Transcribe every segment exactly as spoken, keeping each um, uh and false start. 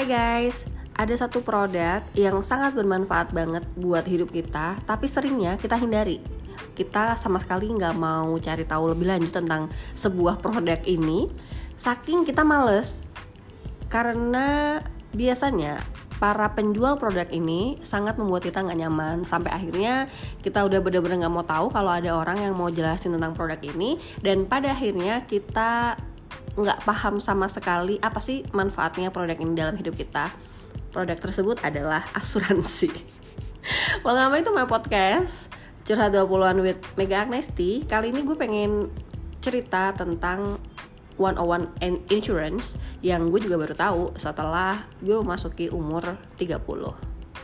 Hai guys, ada satu produk yang sangat bermanfaat banget buat hidup kita, tapi seringnya kita hindari. Kita sama sekali nggak mau cari tahu lebih lanjut tentang sebuah produk ini, saking kita males. Karena biasanya para penjual produk ini sangat membuat kita nggak nyaman, sampai akhirnya kita udah bener-bener nggak mau tahu kalau ada orang yang mau jelasin tentang produk ini, dan pada akhirnya kita nggak paham sama sekali apa sih manfaatnya produk ini dalam hidup kita. Produk tersebut adalah asuransi. Welcome back to my podcast Curhat dua puluhan with Mega Agnesti. Kali ini gue pengen cerita tentang seratus satu Insurance yang gue juga baru tahu setelah gue memasuki umur tiga puluh.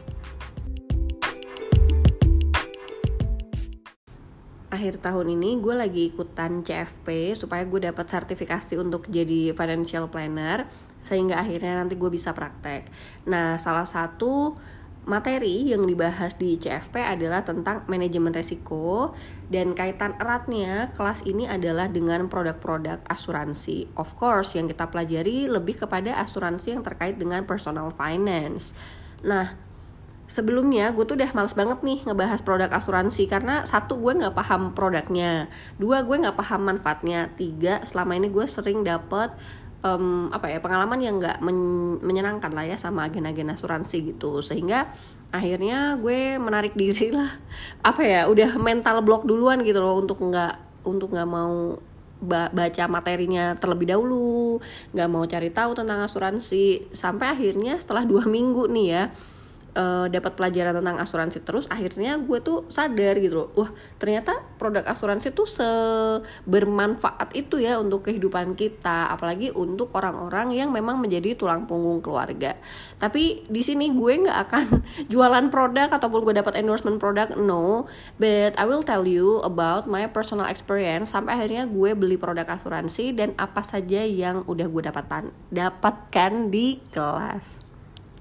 Akhir tahun ini gue lagi ikutan C F P supaya gue dapat sertifikasi untuk jadi financial planner, sehingga akhirnya nanti gue bisa praktek. Nah, salah satu materi yang dibahas di C F P adalah tentang manajemen resiko, dan kaitan eratnya kelas ini adalah dengan produk-produk asuransi. Of course, yang kita pelajari lebih kepada asuransi yang terkait dengan personal finance. Nah, sebelumnya gue tuh udah males banget nih ngebahas produk asuransi, karena satu, gue gak paham produknya, dua, gue gak paham manfaatnya, tiga, selama ini gue sering dapet um, apa ya pengalaman yang gak men- menyenangkan lah ya sama agen-agen asuransi gitu, sehingga akhirnya gue menarik diri lah, apa ya udah mental block duluan gitu loh untuk gak untuk gak mau baca materinya terlebih dahulu, gak mau cari tahu tentang asuransi, sampai akhirnya setelah dua minggu nih ya Uh, dapat pelajaran tentang asuransi terus, akhirnya gue tuh sadar gitu loh, wah ternyata produk asuransi tuh sebermanfaat itu ya untuk kehidupan kita, apalagi untuk orang-orang yang memang menjadi tulang punggung keluarga. Tapi di sini gue nggak akan jualan produk ataupun gue dapat endorsement produk, no, but I will tell you about my personal experience sampai akhirnya gue beli produk asuransi dan apa saja yang udah gue dapatkan dapatkan di kelas.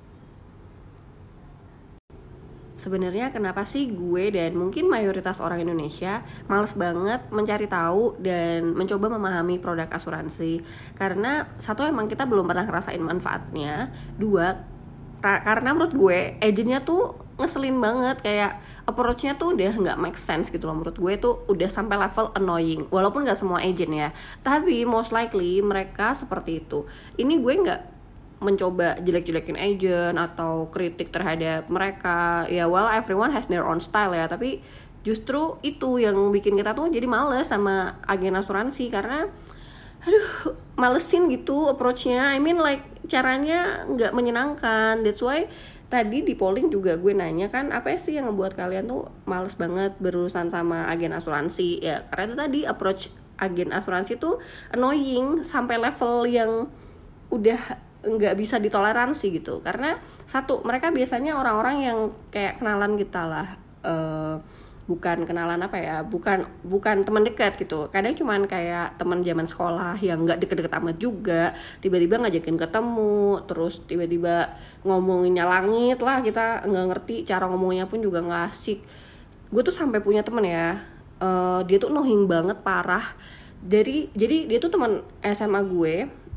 Sebenarnya kenapa sih gue dan mungkin mayoritas orang Indonesia males banget mencari tahu dan mencoba memahami produk asuransi? Karena satu, emang kita belum pernah ngerasain manfaatnya. Dua, ra- karena menurut gue agentnya tuh ngeselin banget, kayak approach-nya tuh udah nggak make sense gitu loh. Menurut gue tuh udah sampai level annoying. Walaupun nggak semua agent ya, tapi most likely mereka seperti itu. Ini gue nggak mencoba jelek-jelekin agent atau kritik terhadap mereka, ya well everyone has their own style ya, tapi justru itu yang bikin kita tuh jadi males sama agen asuransi, karena aduh malesin gitu approach-nya. I mean like caranya nggak menyenangkan. That's why tadi di polling juga gue nanya kan, apa sih yang ngebuat kalian tuh males banget berurusan sama agen asuransi? Ya karena itu tadi, approach agen asuransi tuh annoying sampai level yang udah nggak bisa ditoleransi gitu. Karena satu, mereka biasanya orang-orang yang kayak kenalan kita lah, uh, bukan kenalan apa ya bukan bukan teman dekat gitu. Kadang cuman kayak teman zaman sekolah yang nggak deket-deket amat juga, tiba-tiba ngajakin ketemu, terus tiba-tiba ngomonginnya langit lah, kita nggak ngerti cara ngomongnya pun juga nggak asik. Gue tuh sampai punya temen ya, uh, dia tuh annoying banget parah. Jadi jadi dia tuh teman S M A gue.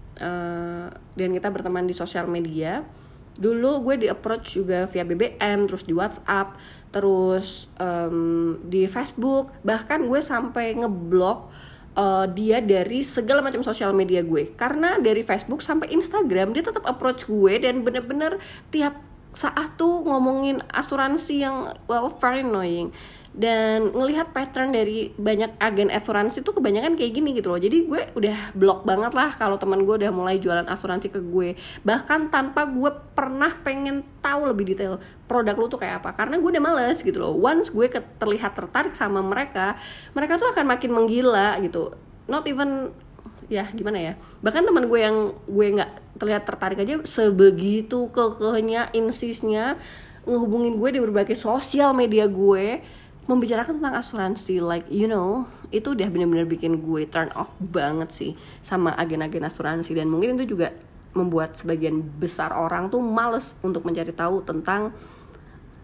Uh, dan kita berteman di sosial media. Dulu gue di approach juga via B B M, terus di WhatsApp, terus um, di Facebook. Bahkan gue sampai ngeblok uh, dia dari segala macam sosial media gue, karena dari Facebook sampai Instagram dia tetap approach gue, dan bener-bener tiap saat tuh ngomongin asuransi yang well very annoying. Dan ngelihat pattern dari banyak agen asuransi tuh kebanyakan kayak gini gitu loh. Jadi gue udah blok banget lah kalau teman gue udah mulai jualan asuransi ke gue, bahkan tanpa gue pernah pengen tahu lebih detail produk lu tuh kayak apa, karena gue udah males gitu loh. Once gue terlihat tertarik sama mereka, mereka tuh akan makin menggila gitu. Not even ya gimana ya, bahkan teman gue yang gue nggak terlihat tertarik aja sebegitu kekehnya, insistnya ngehubungin gue di berbagai sosial media gue membicarakan tentang asuransi. Like you know, itu udah benar-benar bikin gue turn off banget sih sama agen-agen asuransi. Dan mungkin itu juga membuat sebagian besar orang tuh males untuk mencari tahu tentang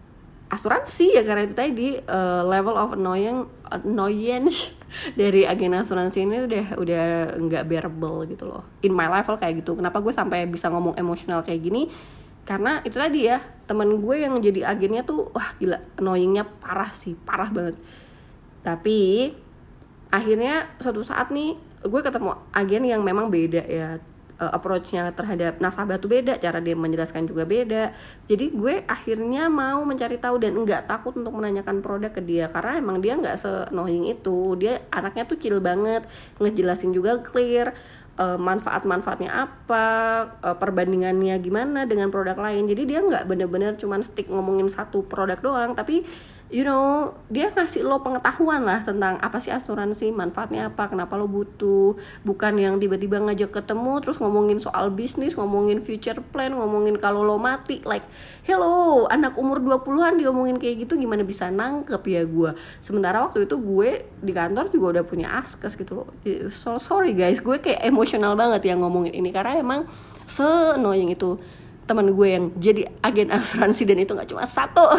asuransi ya, karena itu tadi uh, level of annoying annoyance dari agen asuransi ini udah udah nggak bearable gitu loh in my level kayak gitu. Kenapa gue sampai bisa ngomong emosional kayak gini? Karena itu tadi ya, temen gue yang jadi agennya tuh wah gila, annoyingnya parah sih, parah banget. Tapi akhirnya suatu saat nih gue ketemu agen yang memang beda ya, uh, approach-nya terhadap nasabah tuh beda, cara dia menjelaskan juga beda. Jadi gue akhirnya mau mencari tahu dan nggak takut untuk menanyakan produk ke dia, karena emang dia nggak se-annoying itu. Dia anaknya tuh chill banget, ngejelasin juga clear, uh, manfaat-manfaatnya apa, uh, perbandingannya gimana dengan produk lain. Jadi dia nggak bener-bener cuman stick ngomongin satu produk doang, tapi you know, dia ngasih lo pengetahuan lah tentang apa sih asuransi, manfaatnya apa, kenapa lo butuh. Bukan yang tiba-tiba ngajak ketemu terus ngomongin soal bisnis, ngomongin future plan, ngomongin kalau lo mati. Like, hello, anak umur dua puluhan diomongin kayak gitu, gimana bisa nangkep ya gue. Sementara waktu itu gue di kantor juga udah punya askes gitu loh. So sorry guys, gue kayak emosional banget yang ngomongin ini, karena emang se-annoying itu teman gue yang jadi agen asuransi, dan itu gak cuma satu.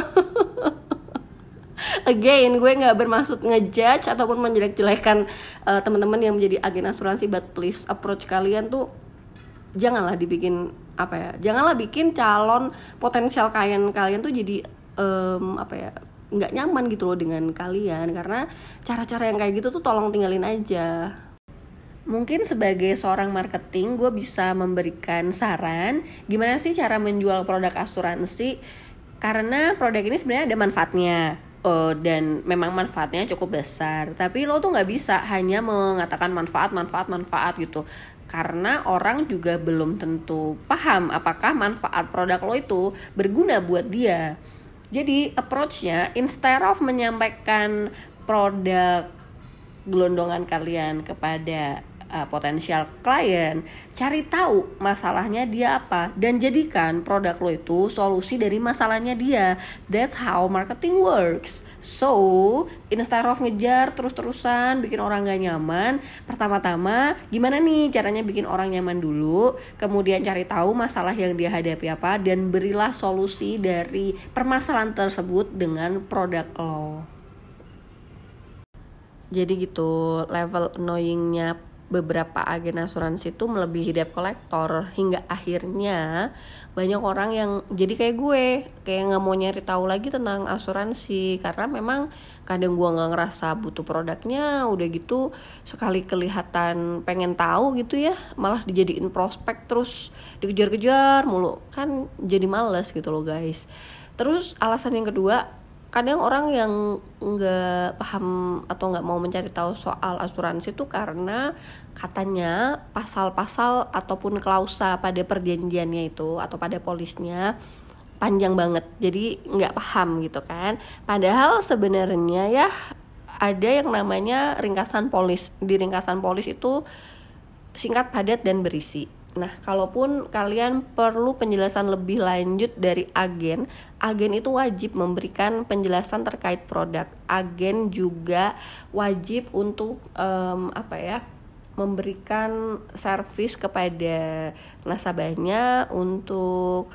Again, gue nggak bermaksud ngejudge ataupun menjelek-jelekan uh, teman-teman yang menjadi agen asuransi, but please approach kalian tuh janganlah dibikin apa ya, janganlah bikin calon potensial klien kalian tuh jadi um, apa ya, nggak nyaman gitu loh dengan kalian. Karena cara-cara yang kayak gitu tuh tolong tinggalin aja. Mungkin sebagai seorang marketing, gue bisa memberikan saran gimana sih cara menjual produk asuransi, karena produk ini sebenarnya ada manfaatnya. Uh, dan memang manfaatnya cukup besar, tapi lo tuh nggak bisa hanya mengatakan manfaat, manfaat, manfaat gitu, karena orang juga belum tentu paham apakah manfaat produk lo itu berguna buat dia. Jadi approach-nya, instead of menyampaikan produk gelondongan kalian kepada Uh, potensial klien, cari tahu masalahnya dia apa dan jadikan produk lo itu solusi dari masalahnya dia. That's how marketing works. So instead of ngejar terus-terusan bikin orang gak nyaman, pertama-tama gimana nih caranya bikin orang nyaman dulu, kemudian cari tahu masalah yang dia hadapi apa, dan berilah solusi dari permasalahan tersebut dengan produk lo. Jadi gitu, level annoyingnya beberapa agen asuransi itu melebihi debt collector, hingga akhirnya banyak orang yang jadi kayak gue, kayak nggak mau nyari tahu lagi tentang asuransi, karena memang kadang gue nggak ngerasa butuh produknya, udah gitu sekali kelihatan pengen tahu gitu ya, malah dijadiin prospek terus dikejar-kejar mulu, kan jadi males gitu loh guys. Terus alasan yang kedua, kadang orang yang nggak paham atau nggak mau mencari tahu soal asuransi itu karena katanya pasal-pasal ataupun klausa pada perjanjiannya itu atau pada polisnya panjang banget, jadi nggak paham gitu kan. Padahal sebenarnya ya ada yang namanya ringkasan polis. Di ringkasan polis itu singkat, padat, dan berisi. Nah, kalaupun kalian perlu penjelasan lebih lanjut dari agen, agen itu wajib memberikan penjelasan terkait produk. Agen juga wajib untuk um, apa ya, memberikan servis kepada nasabahnya untuk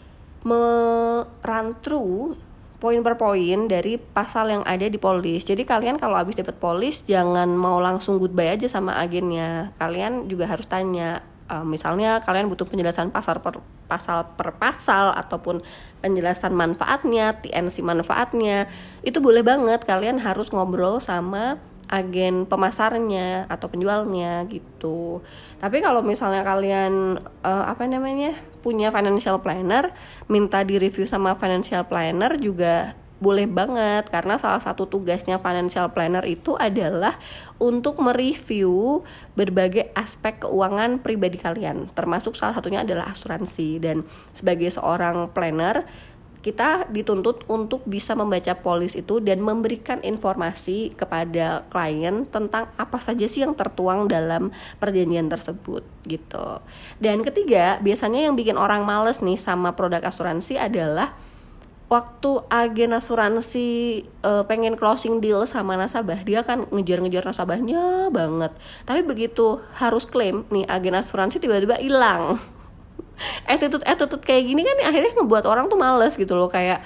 merun through poin per poin dari pasal yang ada di polis. Jadi kalian kalau habis dapat polis jangan mau langsung goodbye aja sama agennya. Kalian juga harus tanya. Uh, misalnya kalian butuh penjelasan pasal per pasal per pasal ataupun penjelasan manfaatnya, T N C manfaatnya, itu boleh banget kalian harus ngobrol sama agen pemasarnya atau penjualnya gitu. Tapi kalau misalnya kalian uh, apa namanya punya financial planner, minta di review sama financial planner juga boleh banget, karena salah satu tugasnya financial planner itu adalah untuk mereview berbagai aspek keuangan pribadi kalian, termasuk salah satunya adalah asuransi. Dan sebagai seorang planner, kita dituntut untuk bisa membaca polis itu dan memberikan informasi kepada klien tentang apa saja sih yang tertuang dalam perjanjian tersebut gitu. Dan ketiga, biasanya yang bikin orang males nih sama produk asuransi adalah waktu agen asuransi uh, pengen closing deal sama nasabah, dia kan ngejar-ngejar nasabahnya banget. Tapi begitu harus klaim nih, agen asuransi tiba-tiba hilang. Attitude-attitude kayak gini kan akhirnya ngebuat orang tuh males gitu loh. Kayak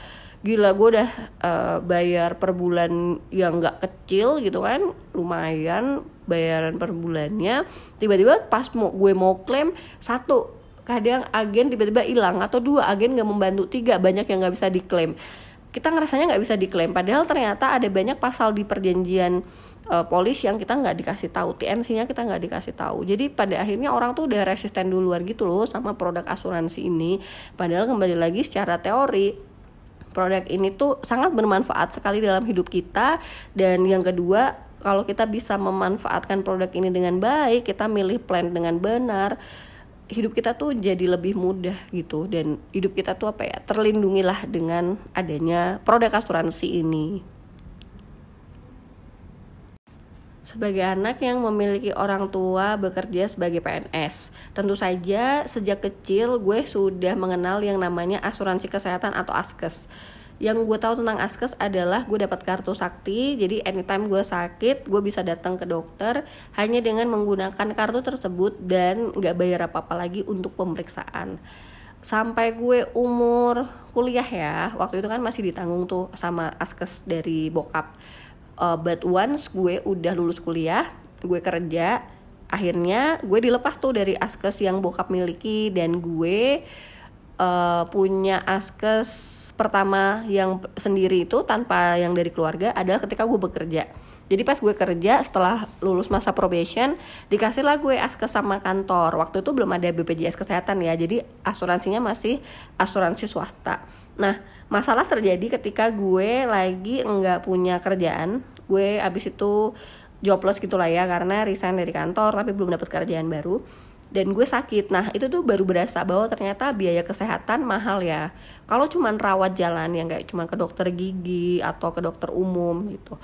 gila gue udah uh, bayar per bulan yang nggak kecil gitu kan, lumayan bayaran per bulannya. Tiba-tiba pas mau gue mau klaim, satu kadang agen tiba-tiba hilang, atau dua agen nggak membantu, tiga banyak yang nggak bisa diklaim. Kita ngerasanya nggak bisa diklaim, padahal ternyata ada banyak pasal di perjanjian uh, polis yang kita nggak dikasih tahu, T N C-nya kita nggak dikasih tahu. Jadi pada akhirnya orang tuh udah resisten duluan gitu loh sama produk asuransi ini. Padahal kembali lagi secara teori, produk ini tuh sangat bermanfaat sekali dalam hidup kita. Dan yang kedua, kalau kita bisa memanfaatkan produk ini dengan baik, kita milih plan dengan benar, hidup kita tuh jadi lebih mudah gitu, dan hidup kita tuh apa ya, terlindungilah dengan adanya produk asuransi ini. Sebagai anak yang memiliki orang tua bekerja sebagai P N S, tentu saja sejak kecil gue sudah mengenal yang namanya asuransi kesehatan atau Askes. Yang gue tahu tentang Askes adalah gue dapat kartu sakti, jadi anytime gue sakit gue bisa datang ke dokter hanya dengan menggunakan kartu tersebut dan gak bayar apa-apa lagi untuk pemeriksaan. Sampai gue umur kuliah ya, waktu itu kan masih ditanggung tuh sama Askes dari bokap. uh, But once gue udah lulus kuliah, gue kerja, akhirnya gue dilepas tuh dari Askes yang bokap miliki, dan gue uh, punya Askes pertama yang sendiri itu tanpa yang dari keluarga adalah ketika gue bekerja. Jadi pas gue kerja setelah lulus masa probation, dikasih lah gue Askes sama kantor. Waktu itu belum ada B P J S kesehatan ya, jadi asuransinya masih asuransi swasta. Nah, masalah terjadi ketika gue lagi nggak punya kerjaan. Gue abis itu jobless gitulah ya, karena resign dari kantor tapi belum dapat kerjaan baru. Dan gue sakit. Nah itu tuh baru berasa bahwa ternyata biaya kesehatan mahal ya. Kalau cuman rawat jalan yang kayak cuman ke dokter gigi atau ke dokter umum gitu,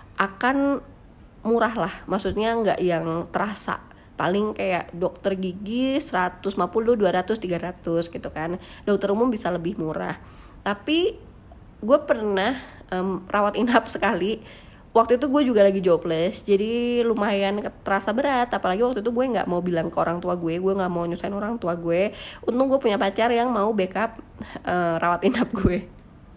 akan murah lah. Maksudnya nggak yang terasa. Paling kayak dokter gigi seratus lima puluh, dua ratus, tiga ratus gitu kan. Dokter umum bisa lebih murah. Tapi gue pernah um, rawat inap sekali. Waktu itu gue juga lagi jobless, jadi lumayan terasa berat. Apalagi waktu itu gue gak mau bilang ke orang tua gue, gue gak mau nyusahin orang tua gue. Untung gue punya pacar yang mau backup uh, rawat inap gue.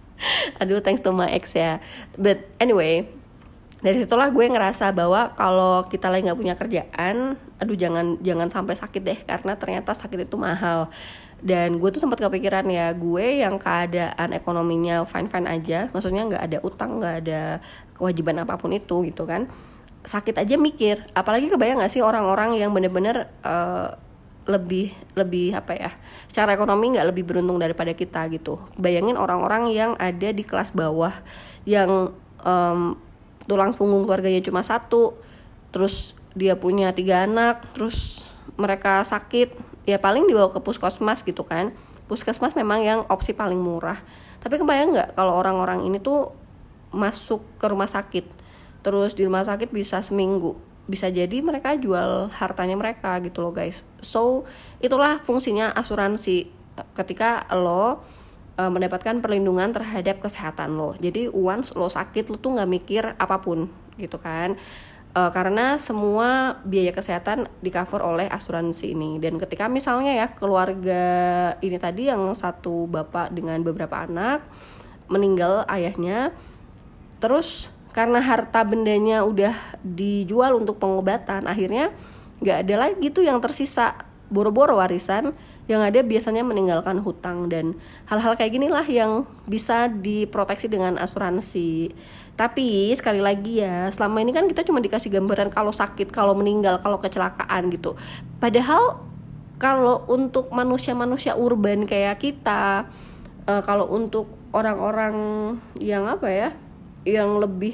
Aduh, thanks to my ex ya. But anyway, dari situlah gue ngerasa bahwa kalau kita lagi gak punya kerjaan, aduh jangan jangan sampai sakit deh, karena ternyata sakit itu mahal. Dan gue tuh sempat kepikiran ya, gue yang keadaan ekonominya fine-fine aja, maksudnya gak ada utang, gak ada kewajiban apapun itu gitu kan, sakit aja mikir. Apalagi kebayang gak sih orang-orang yang bener-bener uh, lebih lebih apa ya, secara ekonomi gak lebih beruntung daripada kita gitu. Bayangin orang-orang yang ada di kelas bawah, yang um, tulang punggung keluarganya cuma satu, terus dia punya tiga anak, terus mereka sakit, ya paling dibawa ke puskesmas gitu kan. Puskesmas memang yang opsi paling murah. Tapi kebayang nggak kalau orang-orang ini tuh masuk ke rumah sakit, terus di rumah sakit bisa seminggu, bisa jadi mereka jual hartanya mereka gitu loh guys. So itulah fungsinya asuransi ketika lo e, mendapatkan perlindungan terhadap kesehatan lo. Jadi once lo sakit, lo tuh nggak mikir apapun gitu kan. Uh, karena semua biaya kesehatan di cover oleh asuransi ini. Dan ketika misalnya ya keluarga ini tadi yang satu bapak dengan beberapa anak meninggal ayahnya, terus karena harta bendanya udah dijual untuk pengobatan, akhirnya gak ada lagi tuh yang tersisa, boro-boro warisan. Yang ada biasanya meninggalkan hutang, dan hal-hal kayak ginilah yang bisa diproteksi dengan asuransi. Tapi sekali lagi ya, selama ini kan kita cuma dikasih gambaran kalau sakit, kalau meninggal, kalau kecelakaan gitu. Padahal kalau untuk manusia-manusia urban kayak kita, uh, kalau untuk orang-orang yang apa ya, yang lebih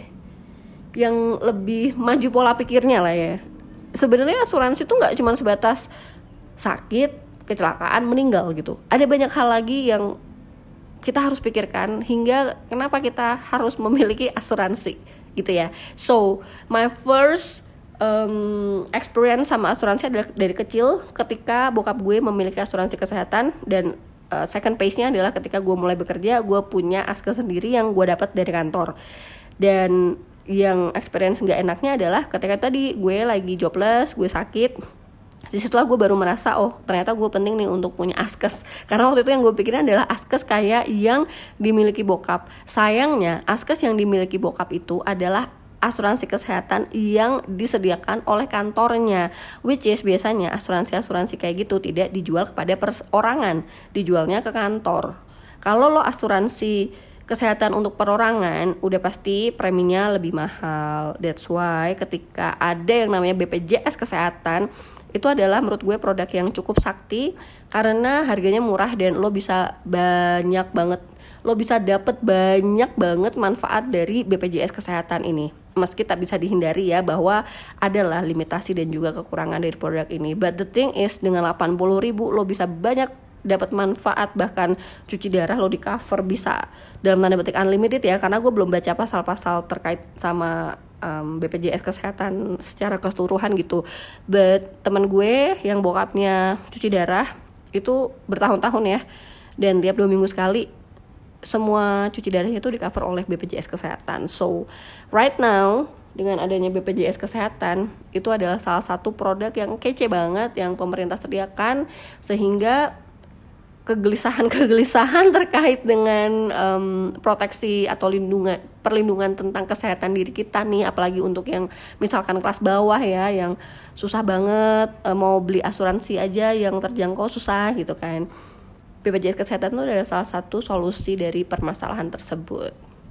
yang lebih maju pola pikirnya lah ya, sebenarnya asuransi tuh nggak cuma sebatas sakit, kecelakaan, meninggal gitu. Ada banyak hal lagi yang kita harus pikirkan, hingga kenapa kita harus memiliki asuransi gitu ya. So my first um, experience sama asuransi adalah dari kecil, ketika bokap gue memiliki asuransi kesehatan. Dan uh, second phase-nya adalah ketika gue mulai bekerja, gue punya Askes sendiri yang gue dapat dari kantor. Dan yang experience gak enaknya adalah ketika tadi gue lagi jobless, gue sakit, Disitulah gue baru merasa oh ternyata gue penting nih untuk punya askes, karena waktu itu yang gue pikirin adalah askes kayak yang dimiliki bokap. Sayangnya askes yang dimiliki bokap itu adalah asuransi kesehatan yang disediakan oleh kantornya, which is biasanya asuransi-asuransi kayak gitu tidak dijual kepada perorangan, dijualnya ke kantor. Kalau lo asuransi kesehatan untuk perorangan, udah pasti preminya lebih mahal. That's why ketika ada yang namanya B P J S kesehatan, itu adalah menurut gue produk yang cukup sakti karena harganya murah dan lo bisa banyak banget, lo bisa dapet banyak banget manfaat dari B P J S kesehatan ini. Meski tak bisa dihindari ya bahwa adalah limitasi dan juga kekurangan dari produk ini. But the thing is dengan delapan puluh ribu lo bisa banyak dapat manfaat, bahkan cuci darah lo di cover bisa dalam tanda petik unlimited ya, karena gue belum baca pasal-pasal terkait sama um, B P J S kesehatan secara keseluruhan gitu. But teman gue yang bokapnya cuci darah itu bertahun-tahun ya, dan tiap dua minggu sekali semua cuci darahnya itu di cover oleh B P J S kesehatan. So right now dengan adanya B P J S kesehatan itu adalah salah satu produk yang kece banget yang pemerintah sediakan, sehingga kegelisahan-kegelisahan terkait dengan um, proteksi atau lindungan perlindungan tentang kesehatan diri kita nih, apalagi untuk yang misalkan kelas bawah ya, yang susah banget uh, mau beli asuransi aja yang terjangkau susah gitu kan. B P J S kesehatan itu adalah salah satu solusi dari permasalahan tersebut.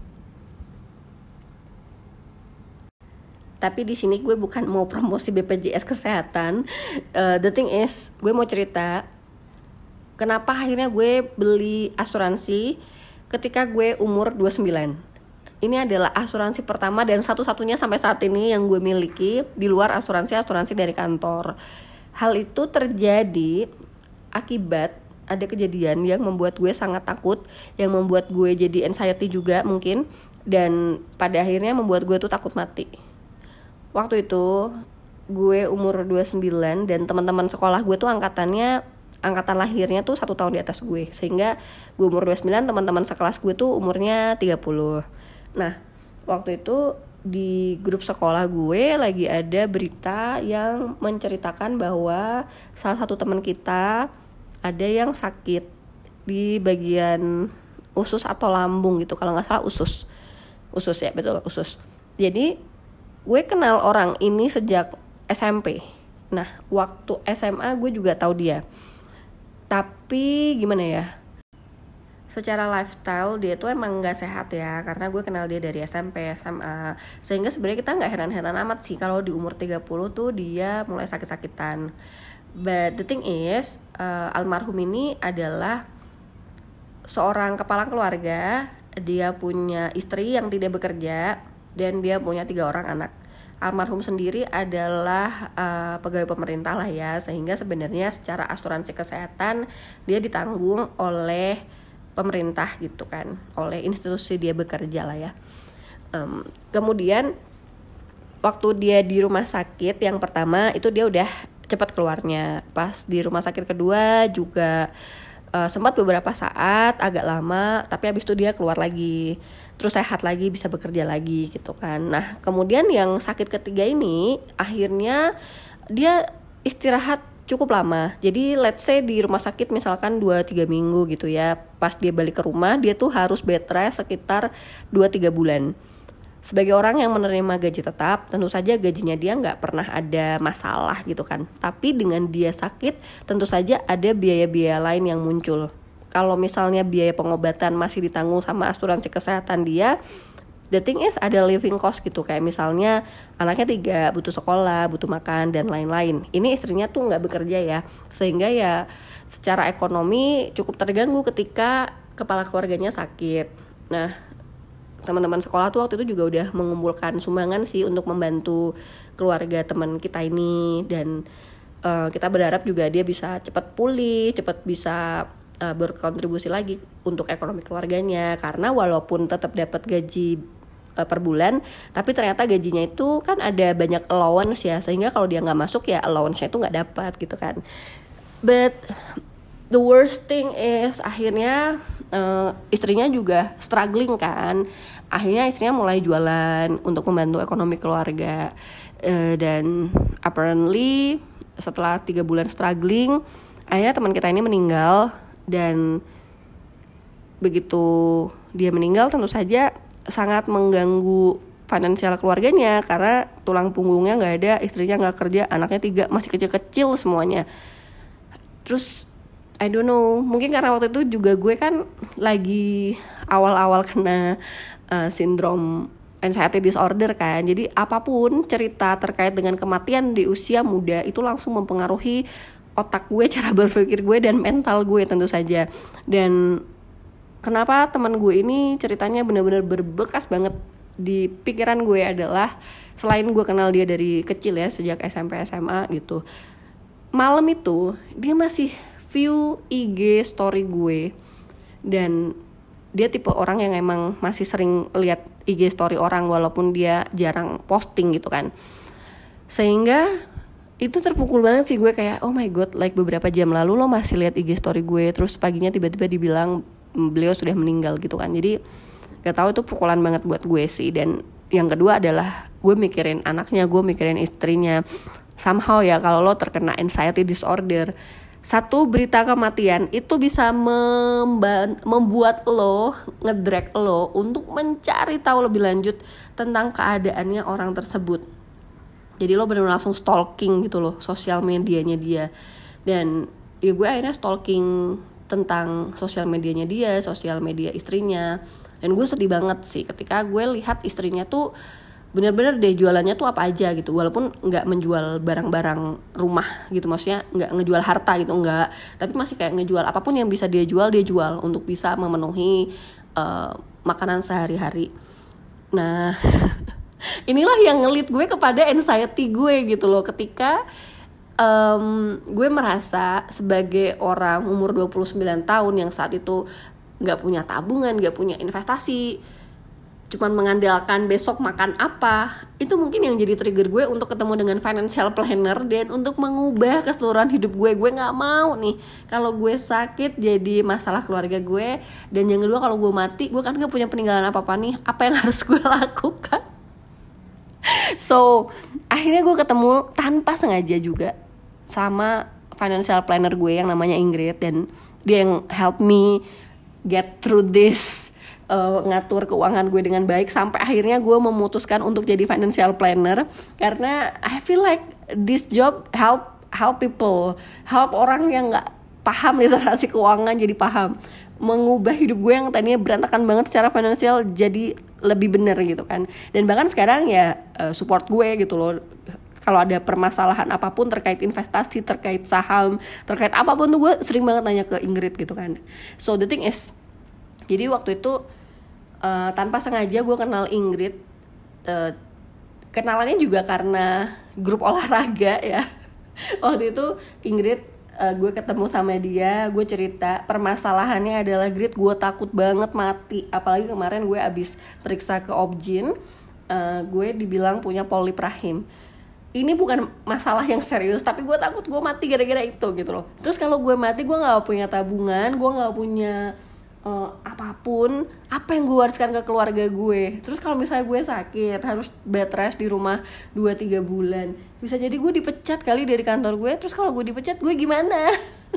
Tapi di sini gue bukan mau promosi B P J S kesehatan. Uh, the thing is, gue mau cerita kenapa akhirnya gue beli asuransi ketika gue umur dua puluh sembilan. Ini adalah asuransi pertama dan satu-satunya sampai saat ini yang gue miliki di luar asuransi-asuransi dari kantor. Hal itu terjadi akibat ada kejadian yang membuat gue sangat takut, yang membuat gue jadi anxiety juga mungkin, dan pada akhirnya membuat gue tuh takut mati. Waktu itu gue umur dua puluh sembilan dan teman-teman sekolah gue tuh angkatannya angkatan lahirnya tuh satu tahun di atas gue, sehingga gue umur dua puluh sembilan, teman-teman sekelas gue tuh umurnya tiga puluh. Nah, waktu itu di grup sekolah gue lagi ada berita yang menceritakan bahwa salah satu teman kita ada yang sakit di bagian usus atau lambung gitu, kalau nggak salah usus, usus ya betul usus. Jadi gue kenal orang ini sejak S M P. Nah, waktu S M A gue juga tahu dia. Tapi gimana ya? Secara lifestyle dia tuh emang nggak sehat ya, karena gue kenal dia dari S M P, S M A. Sehingga sebenarnya kita nggak heran-heran amat sih kalau di umur tiga puluh tuh dia mulai sakit-sakitan. But the thing is, uh, almarhum ini adalah seorang kepala keluarga. Dia punya istri yang tidak bekerja dan dia punya tiga orang anak. Almarhum sendiri adalah uh, pegawai pemerintah lah ya, sehingga sebenarnya secara asuransi kesehatan dia ditanggung oleh pemerintah gitu kan, oleh institusi dia bekerja lah ya. Um, kemudian waktu dia di rumah sakit yang pertama itu dia udah cepat keluarnya. Pas di rumah sakit kedua juga uh, sempat beberapa saat agak lama, tapi habis itu dia keluar lagi, terus sehat lagi, bisa bekerja lagi gitu kan. Nah kemudian yang sakit ketiga ini akhirnya dia istirahat cukup lama. Jadi let's say di rumah sakit misalkan dua tiga minggu gitu ya. Pas dia balik ke rumah dia tuh harus bed rest sekitar dua tiga bulan. Sebagai orang yang menerima gaji tetap, tentu saja gajinya dia nggak pernah ada masalah gitu kan. Tapi dengan dia sakit, tentu saja ada biaya-biaya lain yang muncul. Kalau misalnya biaya pengobatan masih ditanggung sama asuransi kesehatan dia, the thing is ada living cost gitu. Kayak misalnya anaknya tiga, butuh sekolah, butuh makan, dan lain-lain. Ini istrinya tuh nggak bekerja ya, sehingga ya secara ekonomi cukup terganggu ketika kepala keluarganya sakit. Nah, teman-teman sekolah tuh waktu itu juga udah mengumpulkan sumbangan sih untuk membantu keluarga teman kita ini, dan uh, kita berharap juga dia bisa cepat pulih, cepat bisa uh, berkontribusi lagi untuk ekonomi keluarganya, karena walaupun tetap dapat gaji uh, per bulan, tapi ternyata gajinya itu kan ada banyak allowance ya, sehingga kalau dia nggak masuk ya allowance-nya itu nggak dapat gitu kan. But the worst thing is akhirnya uh, istrinya juga struggling kan. Akhirnya istrinya mulai jualan untuk membantu ekonomi keluarga, uh, dan apparently setelah tiga bulan struggling, akhirnya teman kita ini meninggal. Dan begitu dia meninggal tentu saja sangat mengganggu finansial keluarganya, karena tulang punggungnya nggak ada, istrinya nggak kerja, anaknya tiga, masih kecil-kecil semuanya. Terus I don't know, mungkin karena waktu itu juga gue kan lagi awal-awal kena uh, sindrom anxiety disorder kan. Jadi apapun cerita terkait dengan kematian di usia muda itu langsung mempengaruhi otak gue, cara berpikir gue, dan mental gue tentu saja. Dan kenapa teman gue ini ceritanya benar-benar berbekas banget di pikiran gue adalah, selain gue kenal dia dari kecil ya, sejak S M P S M A gitu, malam itu dia masih view I G story gue, dan dia tipe orang yang emang masih sering lihat I G story orang walaupun dia jarang posting gitu kan. Sehingga itu terpukul banget sih gue, kayak oh my god, like beberapa jam lalu lo masih lihat I G story gue, terus paginya tiba-tiba dibilang beliau sudah meninggal gitu kan. Jadi gak tahu, itu pukulan banget buat gue sih. Dan yang kedua adalah gue mikirin anaknya, gue mikirin istrinya. Somehow ya, kalau lo terkena anxiety disorder, satu berita kematian itu bisa memban- membuat lo, ngedrag lo untuk mencari tahu lebih lanjut tentang keadaannya orang tersebut. Jadi lo benar-benar langsung stalking gitu loh sosial medianya dia. Dan ya gue akhirnya stalking tentang sosial medianya dia, sosial media istrinya. Dan gue sedih banget sih ketika gue lihat istrinya tuh benar-benar deh jualannya tuh apa aja gitu, walaupun nggak menjual barang-barang rumah gitu, maksudnya nggak ngejual harta gitu, nggak, tapi masih kayak ngejual apapun yang bisa dia jual, dia jual untuk bisa memenuhi uh, makanan sehari-hari. Nah inilah yang ngelit gue kepada anxiety gue gitu loh, ketika um, gue merasa sebagai orang umur dua puluh sembilan tahun yang saat itu nggak punya tabungan, nggak punya investasi, cuman mengandalkan besok makan apa. Itu mungkin yang jadi trigger gue untuk ketemu dengan financial planner dan untuk mengubah keseluruhan hidup gue. Gue gak mau nih kalau gue sakit jadi masalah keluarga gue. Dan yang kedua, kalau gue mati, gue kan gak punya peninggalan apa-apa nih, apa yang harus gue lakukan? So akhirnya gue ketemu tanpa sengaja juga sama financial planner gue yang namanya Ingrid, dan dia yang help me get through this, Uh, ngatur keuangan gue dengan baik, sampai akhirnya gue memutuskan untuk jadi financial planner. Karena I feel like this job help help people, help orang yang nggak paham literasi keuangan jadi paham, mengubah hidup gue yang tadinya berantakan banget secara finansial jadi lebih benar gitu kan. Dan bahkan sekarang ya uh, support gue gitu loh, kalau ada permasalahan apapun terkait investasi, terkait saham, terkait apapun tuh gue sering banget nanya ke Ingrid gitu kan. So the thing is, jadi waktu itu Uh, tanpa sengaja gue kenal Ingrid, uh, kenalannya juga karena grup olahraga ya. Waktu itu Ingrid, uh, gue ketemu sama dia, gue cerita permasalahannya adalah, Grid, gue takut banget mati, apalagi kemarin gue abis periksa ke Obgyn, uh, gue dibilang punya polip rahim. Ini bukan masalah yang serius, tapi gue takut gue mati gara-gara itu gitu loh. Terus kalau gue mati, gue gak punya tabungan, gue gak punya Uh, apapun, apa yang gue wariskan ke keluarga gue. Terus kalau misalnya gue sakit, harus bed rest di rumah dua tiga bulan, bisa jadi gue dipecat kali dari kantor gue. Terus kalau gue dipecat, gue gimana?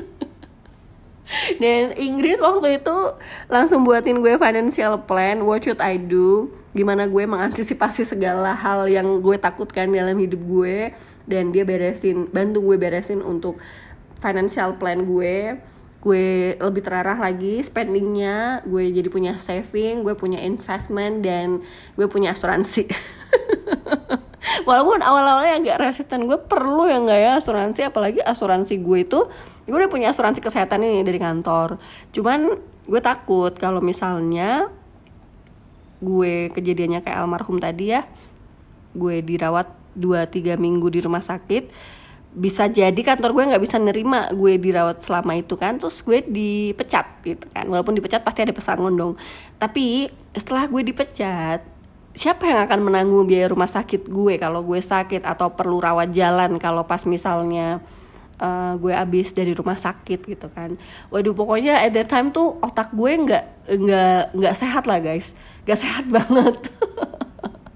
Dan Ingrid waktu itu langsung buatin gue financial plan, what should I do, gimana gue mengantisipasi segala hal yang gue takutkan dalam hidup gue. Dan dia beresin, bantu gue beresin untuk financial plan gue. Gue lebih terarah lagi spendingnya, gue jadi punya saving, gue punya investment, dan gue punya asuransi. Walaupun awal-awalnya agak resisten, gue perlu ya nggak ya asuransi, apalagi asuransi gue itu, gue udah punya asuransi kesehatan ini dari kantor. Cuman gue takut kalau misalnya gue kejadiannya kayak almarhum tadi ya, gue dirawat dua tiga minggu di rumah sakit, bisa jadi kantor gue nggak bisa nerima gue dirawat selama itu kan, terus gue dipecat gitu kan. Walaupun dipecat pasti ada pesangon dong, tapi setelah gue dipecat, siapa yang akan menanggung biaya rumah sakit gue kalau gue sakit atau perlu rawat jalan kalau pas misalnya uh, gue abis dari rumah sakit gitu kan. Waduh, pokoknya at that time tuh otak gue nggak nggak nggak sehat lah guys, nggak sehat banget.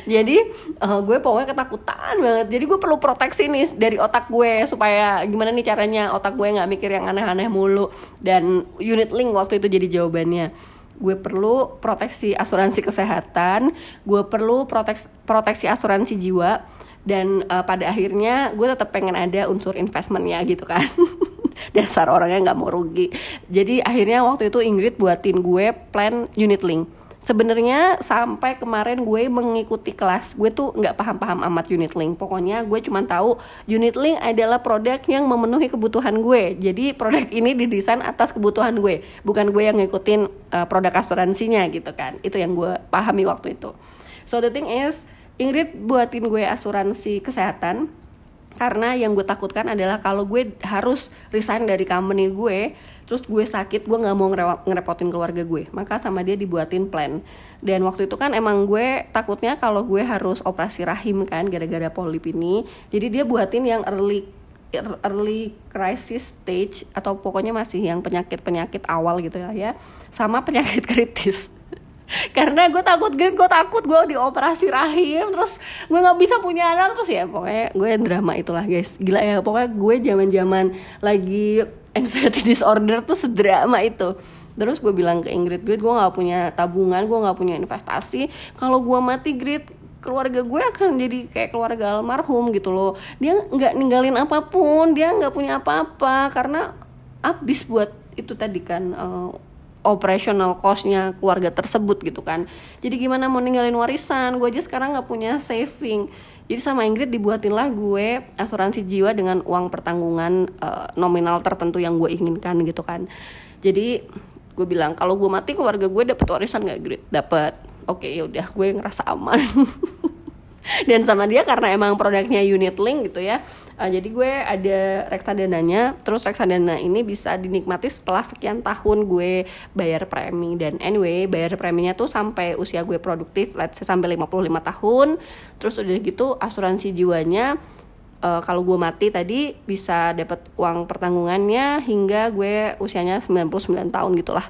Jadi uh, gue pokoknya ketakutan banget. Jadi gue perlu proteksi nih dari otak gue supaya gimana nih caranya otak gue nggak mikir yang aneh-aneh mulu. Dan unit link waktu itu jadi jawabannya. Gue perlu proteksi asuransi kesehatan, gue perlu proteksi, proteksi asuransi jiwa, dan uh, pada akhirnya gue tetap pengen ada unsur investmentnya gitu kan. Dasar orangnya nggak mau rugi. Jadi akhirnya waktu itu Ingrid buatin gue plan unit link. Sebenarnya sampai kemarin gue mengikuti kelas, gue tuh nggak paham-paham amat unit link. Pokoknya gue cuma tahu unit link adalah produk yang memenuhi kebutuhan gue. Jadi produk ini didesain atas kebutuhan gue, bukan gue yang ngikutin uh, produk asuransinya gitu kan. Itu yang gue pahami waktu itu. So the thing is, Ingrid buatin gue asuransi kesehatan karena yang gue takutkan adalah kalau gue harus resign dari company gue, terus gue sakit, gue nggak mau ngerepotin keluarga gue. Maka sama dia dibuatin plan. Dan waktu itu kan emang gue takutnya kalau gue harus operasi rahim kan gara-gara polip ini. Jadi dia buatin yang early early crisis stage, atau pokoknya masih yang penyakit-penyakit awal gitu ya, ya. Sama penyakit kritis. Karena gue takut, Grit, gue takut gue dioperasi rahim, terus gue nggak bisa punya anak, terus ya pokoknya gue drama itulah guys, gila ya. Pokoknya gue zaman-zaman lagi anxiety disorder tuh sedrama itu. Terus gue bilang ke Ingrid, Grit, gue nggak punya tabungan, gue nggak punya investasi. Kalau gue mati, Grit, keluarga gue akan jadi kayak keluarga almarhum gitu loh. Dia nggak ninggalin apapun, dia nggak punya apa-apa karena abis buat itu tadi kan. Uh, operational cost-nya keluarga tersebut gitu kan. Jadi gimana mau ninggalin warisan, gue aja sekarang gak punya saving. Jadi sama Ingrid dibuatin lah gue asuransi jiwa dengan uang pertanggungan uh, nominal tertentu yang gue inginkan gitu kan. Jadi gue bilang kalau gue mati keluarga gue dapet warisan gak, Grid? Dapet. Oke, yaudah, gue ngerasa aman. Dan sama dia karena emang produknya unit link gitu ya, uh, jadi gue ada reksadananya. Terus reksadana ini bisa dinikmati setelah sekian tahun gue bayar premi. Dan anyway, bayar preminya tuh sampai usia gue produktif, let's say sampai lima puluh lima tahun. Terus udah gitu asuransi jiwanya, uh, kalau gue mati tadi bisa dapat uang pertanggungannya hingga gue usianya sembilan puluh sembilan tahun gitulah.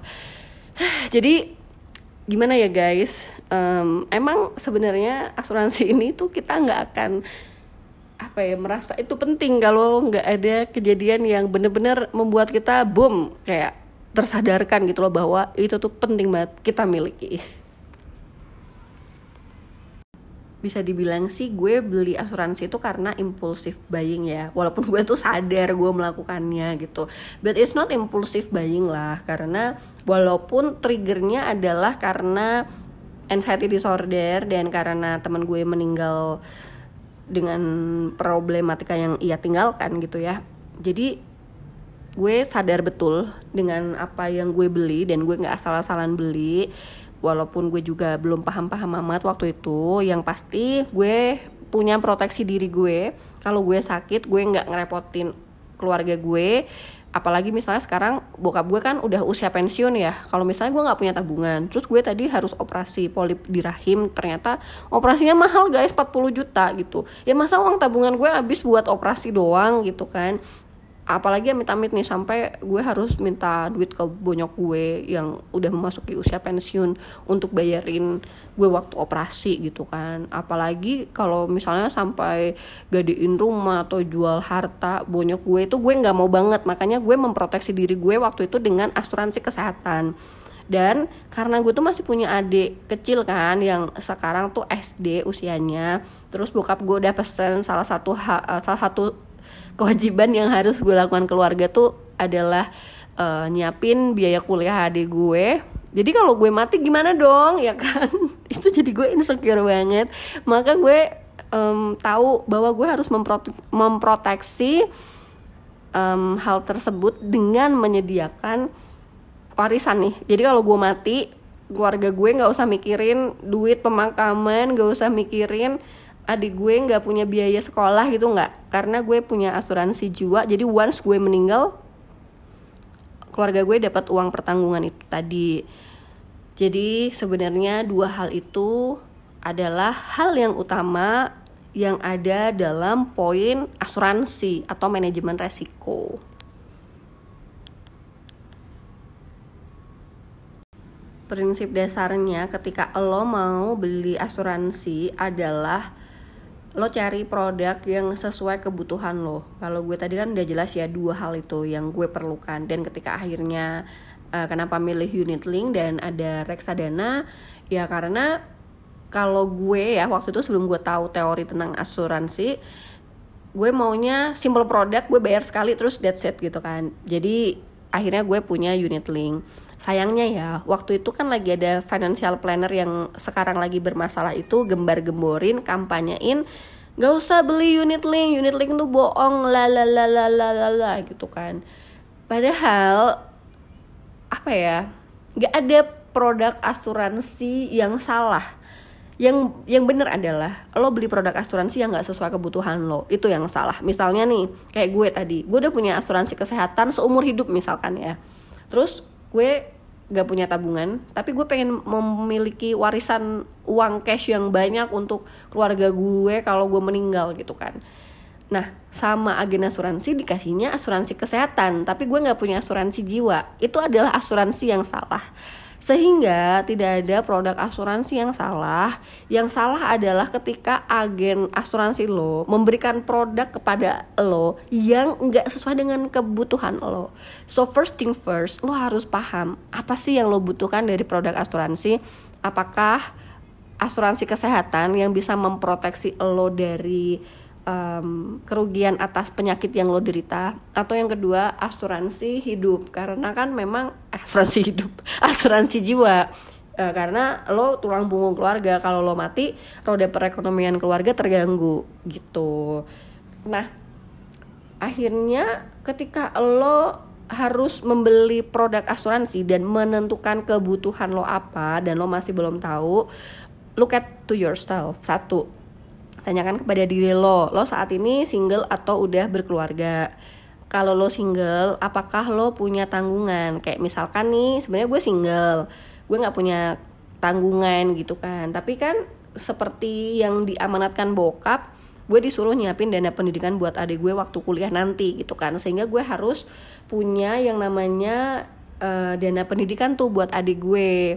Jadi gimana ya guys, um, emang sebenarnya asuransi ini tuh kita nggak akan apa ya merasa itu penting kalau nggak ada kejadian yang bener-bener membuat kita boom kayak tersadarkan gitu loh bahwa itu tuh penting banget kita miliki. Bisa dibilang sih gue beli asuransi itu karena impulsive buying ya, walaupun gue tuh sadar gue melakukannya gitu, but it's not impulsive buying lah, karena walaupun triggernya adalah karena anxiety disorder dan karena teman gue meninggal dengan problematika yang ia tinggalkan gitu ya. Jadi gue sadar betul dengan apa yang gue beli dan gue nggak asal-asalan beli. Walaupun gue juga belum paham-paham amat waktu itu, yang pasti gue punya proteksi diri gue. Kalau gue sakit, gue nggak ngerepotin keluarga gue. Apalagi misalnya sekarang bokap gue kan udah usia pensiun ya. Kalau misalnya gue nggak punya tabungan, terus gue tadi harus operasi polip di rahim, ternyata operasinya mahal guys, empat puluh juta gitu. Ya masa uang tabungan gue habis buat operasi doang gitu kan. Apalagi amit-amit nih sampai gue harus minta duit ke bonyok gue yang udah memasuki usia pensiun untuk bayarin gue waktu operasi gitu kan. Apalagi kalau misalnya sampai gadein rumah atau jual harta bonyok gue, itu gue nggak mau banget. Makanya gue memproteksi diri gue waktu itu dengan asuransi kesehatan. Dan karena gue tuh masih punya adik kecil kan yang sekarang tuh S D usianya, terus bokap gue udah pesen salah satu ha- salah satu kewajiban yang harus gue lakukan keluarga tuh adalah uh, nyiapin biaya kuliah adik gue. Jadi kalau gue mati gimana dong ya kan? Itu jadi gue insecure banget. Maka gue um, tahu bahwa gue harus memprote- memproteksi um, hal tersebut dengan menyediakan warisan nih. Jadi kalau gue mati, keluarga gue nggak usah mikirin duit pemakaman, nggak usah mikirin adik gue nggak punya biaya sekolah gitu, nggak, karena gue punya asuransi jiwa. Jadi once gue meninggal, keluarga gue dapat uang pertanggungan itu tadi. Jadi sebenarnya dua hal itu adalah hal yang utama yang ada dalam poin asuransi atau manajemen resiko. prinsip dasarnya ketika lo mau beli asuransi adalah lo cari produk yang sesuai kebutuhan lo. Kalau gue tadi kan udah jelas ya dua hal itu yang gue perlukan. Dan ketika akhirnya uh, kenapa milih unit link dan ada reksadana, ya karena kalau gue ya waktu itu sebelum gue tahu teori tentang asuransi, gue maunya simple produk, gue bayar sekali terus that's it gitu kan. Jadi akhirnya gue punya unit link. Sayangnya ya waktu itu kan lagi ada financial planner yang sekarang lagi bermasalah itu gembar-gemborin, kampanyein gak usah beli unit link, unit link tuh bohong la la la la la la la gitu kan. Padahal apa ya, gak ada produk asuransi yang salah. Yang yang benar adalah lo beli produk asuransi yang nggak sesuai kebutuhan lo, itu yang salah. Misalnya nih kayak gue tadi, gue udah punya asuransi kesehatan seumur hidup misalkan ya, terus gue nggak punya tabungan tapi gue pengen memiliki warisan uang cash yang banyak untuk keluarga gue kalau gue meninggal gitu kan. Nah sama agen asuransi dikasihnya asuransi kesehatan tapi gue nggak punya asuransi jiwa, itu adalah asuransi yang salah. Sehingga tidak ada produk asuransi yang salah. Yang salah adalah ketika agen asuransi lo memberikan produk kepada lo yang gak sesuai dengan kebutuhan lo. So first thing first, lo harus paham apa sih yang lo butuhkan dari produk asuransi. Apakah asuransi kesehatan yang bisa memproteksi lo dari Um, kerugian atas penyakit yang lo derita, atau yang kedua asuransi hidup karena kan memang eh, asuransi hidup asuransi jiwa uh, karena lo tulang punggung keluarga, kalau lo mati roda perekonomian keluarga terganggu gitu. Nah akhirnya ketika lo harus membeli produk asuransi dan menentukan kebutuhan lo apa dan lo masih belum tahu, look at to yourself. Satu, tanyakan kepada diri lo, lo saat ini single atau udah berkeluarga. Kalau lo single, apakah lo punya tanggungan? Kayak misalkan nih, sebenarnya gue single, gue nggak punya tanggungan gitu kan. Tapi kan seperti yang diamanatkan bokap, gue disuruh nyiapin dana pendidikan buat adik gue waktu kuliah nanti gitu kan. Sehingga gue harus punya yang namanya uh, dana pendidikan tuh buat adik gue.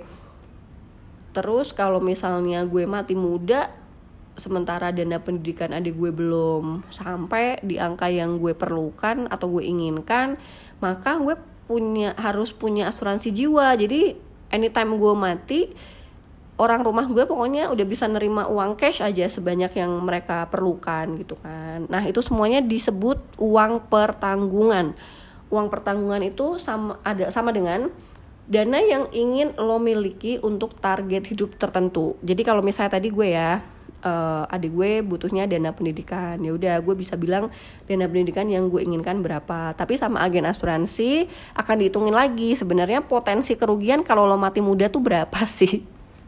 Terus kalau misalnya gue mati muda, sementara dana pendidikan adik gue belum sampai di angka yang gue perlukan atau gue inginkan, maka gue punya harus punya asuransi jiwa. Jadi anytime gue mati, orang rumah gue pokoknya udah bisa nerima uang cash aja sebanyak yang mereka perlukan gitu kan. Nah itu semuanya disebut uang pertanggungan. Uang pertanggungan itu sama ada sama dengan dana yang ingin lo miliki untuk target hidup tertentu. Jadi kalau misalnya tadi gue ya, Uh, adik gue butuhnya dana pendidikan, ya udah gue bisa bilang dana pendidikan yang gue inginkan berapa. Tapi sama agen asuransi akan dihitungin lagi sebenarnya potensi kerugian kalau lo mati muda tuh berapa sih.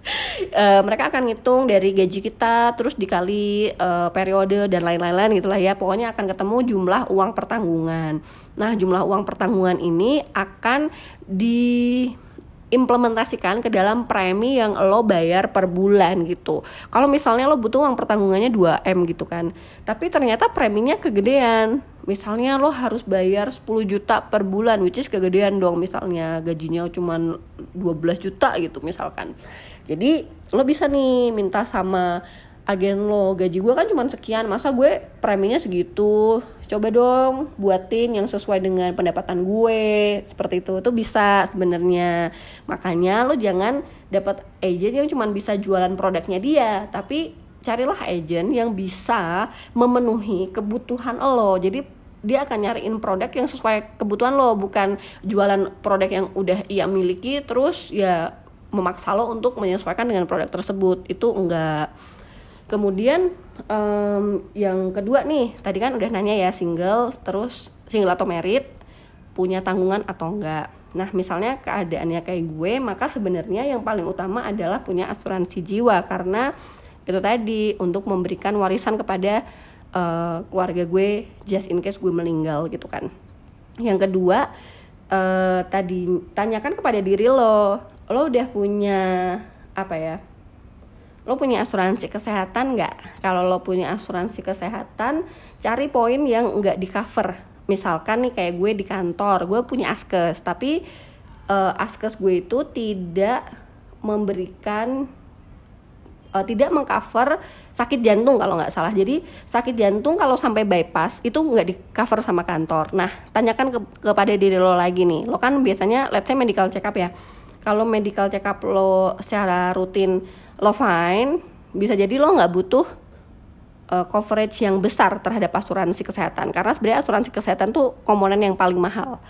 uh, mereka akan ngitung dari gaji kita terus dikali uh, periode dan lain-lain gitulah ya. Pokoknya akan ketemu jumlah uang pertanggungan. Nah jumlah uang pertanggungan ini akan di implementasikan ke dalam premi yang lo bayar per bulan gitu. Kalau misalnya lo butuh uang pertanggungannya dua M gitu kan, tapi ternyata preminya kegedean. Misalnya lo harus bayar sepuluh juta per bulan, which is kegedean dong. Misalnya gajinya cuma dua belas juta gitu misalkan. Jadi lo bisa nih minta sama agen lo, gaji gue kan cuma sekian, masa gue preminya segitu, coba dong buatin yang sesuai dengan pendapatan gue, seperti itu. Itu bisa sebenarnya. Makanya lo jangan dapat agent yang cuma bisa jualan produknya dia, tapi carilah agent yang bisa memenuhi kebutuhan lo. Jadi dia akan nyariin produk yang sesuai kebutuhan lo, bukan jualan produk yang udah ia miliki terus ya memaksa lo untuk menyesuaikan dengan produk tersebut. Itu enggak. Kemudian um, yang kedua nih, tadi kan udah nanya ya single, terus single atau married, punya tanggungan atau enggak. Nah misalnya keadaannya kayak gue, maka sebenarnya yang paling utama adalah punya asuransi jiwa, karena itu tadi untuk memberikan warisan kepada uh, keluarga gue just in case gue meninggal gitu kan. Yang kedua, uh, tadi tanyakan kepada diri lo, lo udah punya apa ya? Lo punya asuransi kesehatan nggak? Kalau lo punya asuransi kesehatan, cari poin yang nggak di cover. Misalkan nih kayak gue di kantor, gue punya askes, tapi uh, askes gue itu tidak memberikan uh, tidak mengcover sakit jantung kalau nggak salah. Jadi sakit jantung kalau sampai bypass itu nggak di cover sama kantor. Nah, tanyakan ke, kepada diri lo lagi nih. Lo kan biasanya let's say medical check up ya. Kalau medical check up lo secara rutin lo fine, bisa jadi lo nggak butuh uh, coverage yang besar terhadap asuransi kesehatan. Karena sebenarnya asuransi kesehatan tuh komponen yang paling mahal.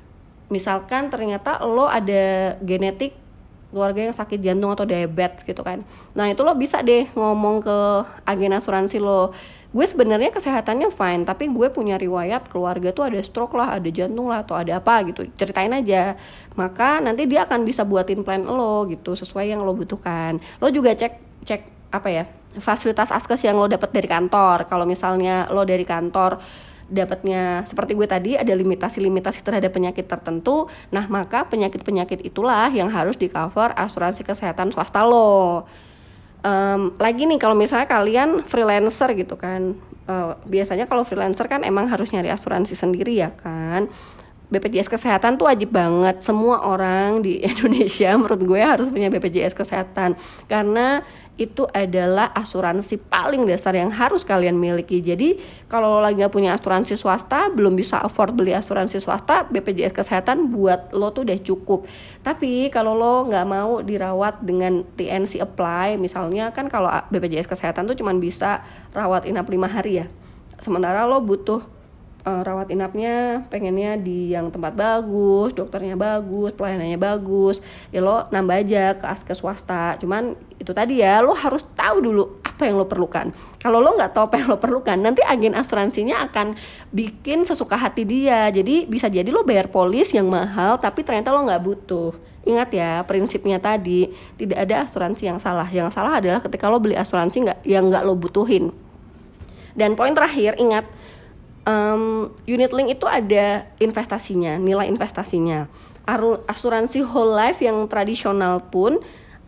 Misalkan ternyata lo ada genetik keluarga yang sakit jantung atau diabetes gitu kan. Nah itu lo bisa deh ngomong ke agen asuransi lo, gue sebenarnya kesehatannya fine, tapi gue punya riwayat keluarga tuh ada stroke lah, ada jantung lah, atau ada apa gitu, ceritain aja. Maka nanti dia akan bisa buatin plan lo gitu, sesuai yang lo butuhkan. Lo juga cek cek apa ya, fasilitas askes yang lo dapat dari kantor. Kalau misalnya lo dari kantor dapatnya seperti gue tadi ada limitasi-limitasi terhadap penyakit tertentu, nah maka penyakit-penyakit itulah yang harus di cover asuransi kesehatan swasta lo. Um, lagi nih kalau misalnya kalian freelancer gitu kan, uh, biasanya kalau freelancer kan emang harus nyari asuransi sendiri ya kan. B P J S kesehatan tuh wajib banget, semua orang di Indonesia menurut gue harus punya B P J S kesehatan, karena itu adalah asuransi paling dasar yang harus kalian miliki. Jadi kalau lo lagi gak punya asuransi swasta, belum bisa afford beli asuransi swasta, B P J S kesehatan buat lo tuh udah cukup. Tapi kalau lo gak mau dirawat dengan T N C apply, misalnya kan kalau B P J S kesehatan tuh cuma bisa rawat inap lima hari ya, sementara lo butuh uh, rawat inapnya pengennya di yang tempat bagus, dokternya bagus, pelayanannya bagus, ya lo nambah aja ke askes swasta. Cuman itu tadi ya, lo harus tahu dulu apa yang lo perlukan. Kalau lo nggak tahu apa yang lo perlukan, nanti agen asuransinya akan bikin sesuka hati dia. Jadi bisa jadi lo bayar polis yang mahal, tapi ternyata lo nggak butuh. Ingat ya, prinsipnya tadi, tidak ada asuransi yang salah. Yang salah adalah ketika lo beli asuransi nggak yang nggak lo butuhin. Dan poin terakhir, ingat, um, unit link itu ada investasinya, nilai investasinya. Asuransi whole life yang tradisional pun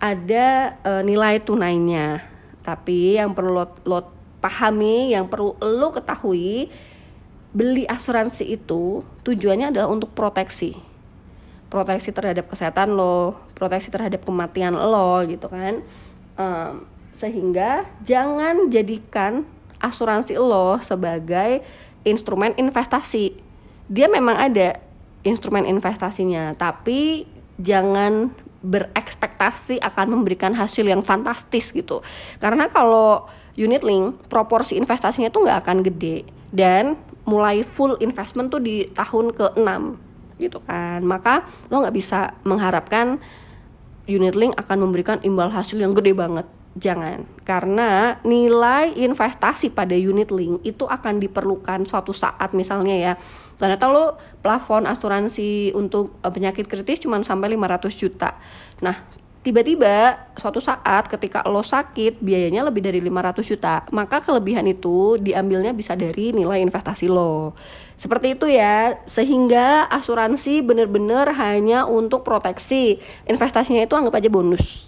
ada uh, nilai tunainya. Tapi yang perlu lo, lo pahami, yang perlu lo ketahui, beli asuransi itu tujuannya adalah untuk proteksi. Proteksi terhadap kesehatan lo, proteksi terhadap kematian lo gitu kan. Um, sehingga jangan jadikan asuransi lo sebagai instrumen investasi. Dia memang ada instrumen investasinya, tapi jangan berekspektasi akan memberikan hasil yang fantastis gitu. Karena kalau unit link, proporsi investasinya tuh nggak akan gede, dan mulai full investment tuh di tahun ke enam gitu kan. Maka lo nggak bisa mengharapkan unit link akan memberikan imbal hasil yang gede banget. Jangan, karena nilai investasi pada unit link itu akan diperlukan suatu saat. Misalnya ya, ternyata lo plafon asuransi untuk penyakit kritis cuma sampai lima ratus juta. Nah, tiba-tiba suatu saat ketika lo sakit biayanya lebih dari lima ratus juta, maka kelebihan itu diambilnya bisa dari nilai investasi lo. Seperti itu ya, sehingga asuransi benar-benar hanya untuk proteksi. Investasinya itu anggap aja bonus.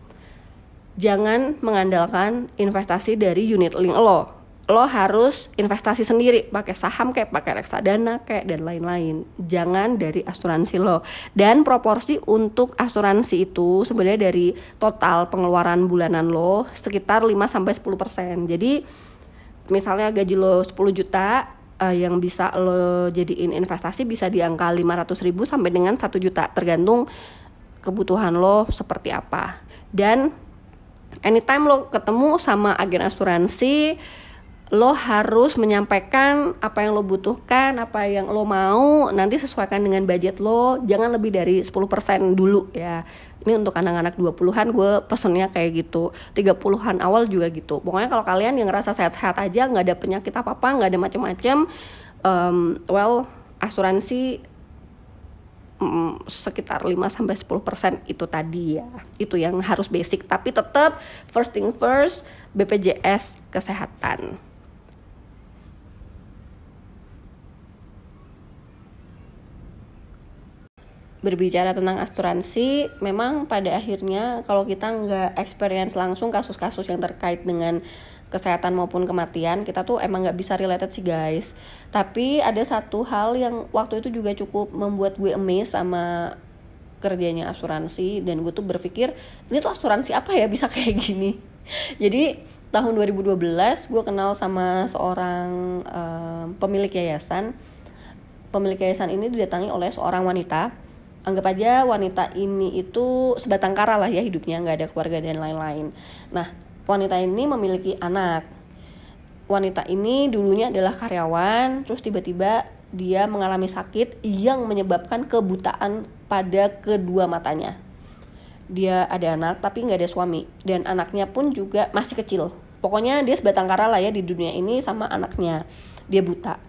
Jangan mengandalkan investasi dari unit link lo. Lo harus investasi sendiri, pakai saham kayak, pakai reksadana kayak, dan lain-lain. Jangan dari asuransi lo. Dan proporsi untuk asuransi itu sebenarnya dari total pengeluaran bulanan lo sekitar lima sampai sepuluh persen. Jadi misalnya gaji lo sepuluh juta, uh, yang bisa lo jadiin investasi bisa di angka lima ratus ribu sampai dengan satu juta, tergantung kebutuhan lo seperti apa. Dan anytime lo ketemu sama agen asuransi, lo harus menyampaikan apa yang lo butuhkan, apa yang lo mau, nanti sesuaikan dengan budget lo, jangan lebih dari sepuluh persen dulu ya. Ini untuk anak-anak dua puluhan gue pesennya kayak gitu, tiga puluhan awal juga gitu. Pokoknya kalau kalian yang ngerasa sehat-sehat aja, gak ada penyakit apa-apa, gak ada macam-macam, um, well, asuransi Mm, sekitar lima sampai sepuluh persen itu tadi ya. Itu yang harus basic, tapi tetap first thing first, B P J S kesehatan. Berbicara tentang asuransi, memang pada akhirnya kalau kita nggak experience langsung kasus-kasus yang terkait dengan kesehatan maupun kematian, kita tuh emang nggak bisa related sih guys. Tapi ada satu hal yang waktu itu juga cukup membuat gue amazed sama kerjanya asuransi, dan gue tuh berpikir ini tuh asuransi apa ya bisa kayak gini. Jadi tahun dua ribu dua belas gue kenal sama seorang um, pemilik yayasan. Pemilik yayasan ini didatangi oleh seorang wanita. Anggap aja wanita ini itu sebatang kara lah ya hidupnya, nggak ada keluarga dan lain-lain. Nah, wanita ini memiliki anak. Wanita ini dulunya adalah karyawan, terus tiba-tiba dia mengalami sakit yang menyebabkan kebutaan pada kedua matanya. Dia ada anak tapi nggak ada suami, dan anaknya pun juga masih kecil. Pokoknya dia sebatang kara lah ya di dunia ini sama anaknya. Dia buta.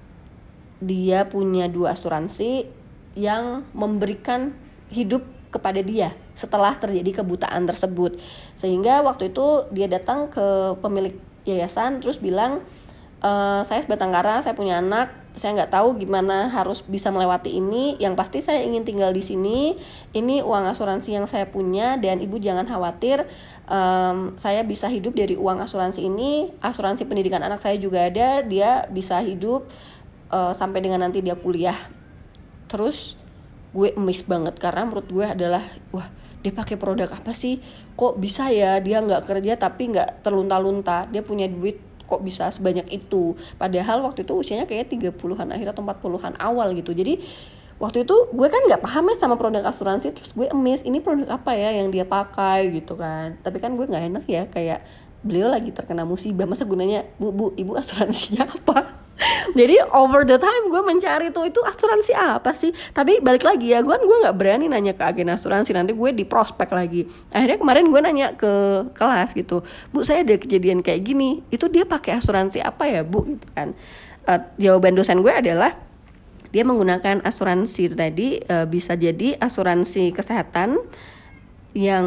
Dia punya dua asuransi yang memberikan hidup kepada dia setelah terjadi kebutaan tersebut. Sehingga waktu itu dia datang ke pemilik yayasan terus bilang, e, saya sebatang kara, saya punya anak, saya nggak tahu gimana harus bisa melewati ini. Yang pasti saya ingin tinggal di sini. Ini uang asuransi yang saya punya, dan ibu jangan khawatir, um, saya bisa hidup dari uang asuransi ini. Asuransi pendidikan anak saya juga ada, dia bisa hidup uh, sampai dengan nanti dia kuliah. Terus gue amazed banget karena menurut gue adalah, wah, dia pakai produk apa sih? Kok bisa ya dia nggak kerja tapi nggak terlunta-lunta, dia punya duit kok bisa sebanyak itu. Padahal waktu itu usianya kayak tiga puluhan akhir atau empat puluhan awal gitu. Jadi waktu itu gue kan gak paham ya sama produk asuransi. Terus gue amazed, ini produk apa ya yang dia pakai gitu kan. Tapi kan gue gak enak ya, kayak beliau lagi terkena musibah, masa gunanya, bu, bu, ibu asuransinya apa? Jadi over the time gue mencari tuh itu asuransi apa sih. Tapi balik lagi ya, gue kan gue gak berani nanya ke agen asuransi, nanti gue di prospek lagi. Akhirnya kemarin gue nanya ke kelas gitu, bu saya ada kejadian kayak gini, itu dia pakai asuransi apa ya bu gitu kan. uh, Jawaban dosen gue adalah dia menggunakan asuransi itu tadi, uh, bisa jadi asuransi kesehatan yang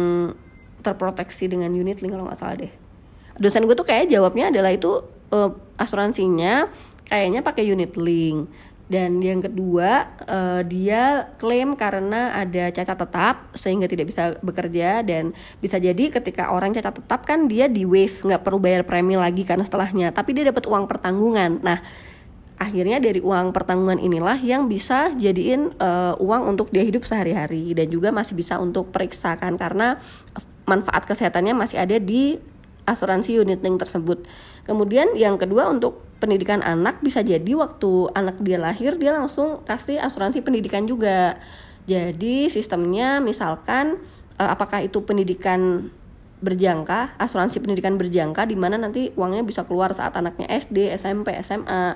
terproteksi dengan unit link kalau gak salah deh. Dosen gue tuh kayak jawabnya adalah itu Uh, asuransinya kayaknya pakai unit link. Dan yang kedua, uh, dia klaim karena ada cacat tetap sehingga tidak bisa bekerja, dan bisa jadi ketika orang cacat tetap kan dia di waive, nggak perlu bayar premi lagi karena setelahnya, tapi dia dapat uang pertanggungan. Nah, akhirnya dari uang pertanggungan inilah yang bisa jadiin uh, uang untuk dia hidup sehari-hari, dan juga masih bisa untuk periksa kan, karena manfaat kesehatannya masih ada di asuransi unit link tersebut. Kemudian yang kedua, untuk pendidikan anak, bisa jadi waktu anak dia lahir dia langsung kasih asuransi pendidikan juga. Jadi sistemnya misalkan eh, apakah itu pendidikan berjangka, asuransi pendidikan berjangka di mana nanti uangnya bisa keluar saat anaknya S D, S M P, S M A,